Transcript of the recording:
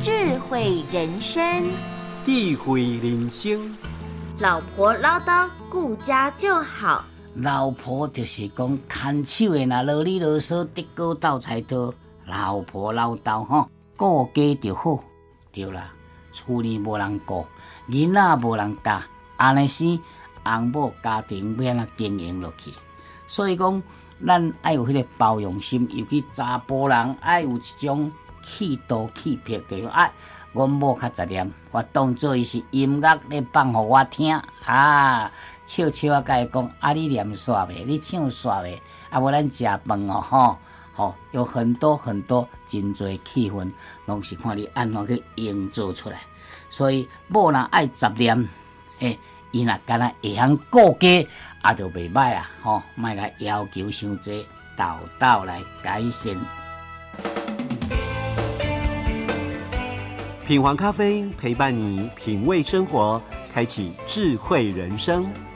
智慧人生， 智慧人生。 老婆唠叨，顾家就好。 老婆就是讲牵手的，若啰里啰嗦，得过斗才多。老婆唠叨吼，顾家就好，对啦。厝里无人顾，囡仔无人教，安尼生翁某家庭要安怎经营落去？所以讲，咱爱有迄个包容心，尤其查甫人爱有一种气度气魄，就是讲阮某较杂念，我当做伊是音乐咧放互我听啊，笑笑啊，甲伊讲啊，你念煞未？你唱煞未？啊，无咱食饭哦，吼，有很多很多真侪气氛，拢是看你安怎去营造出来。所以某人爱杂念，伊若敢若会晓顾家，也就袂歹啊，吼，莫甲要求伤济，豆豆来改善。 品皇咖啡陪伴你品味生活，开启智慧人生。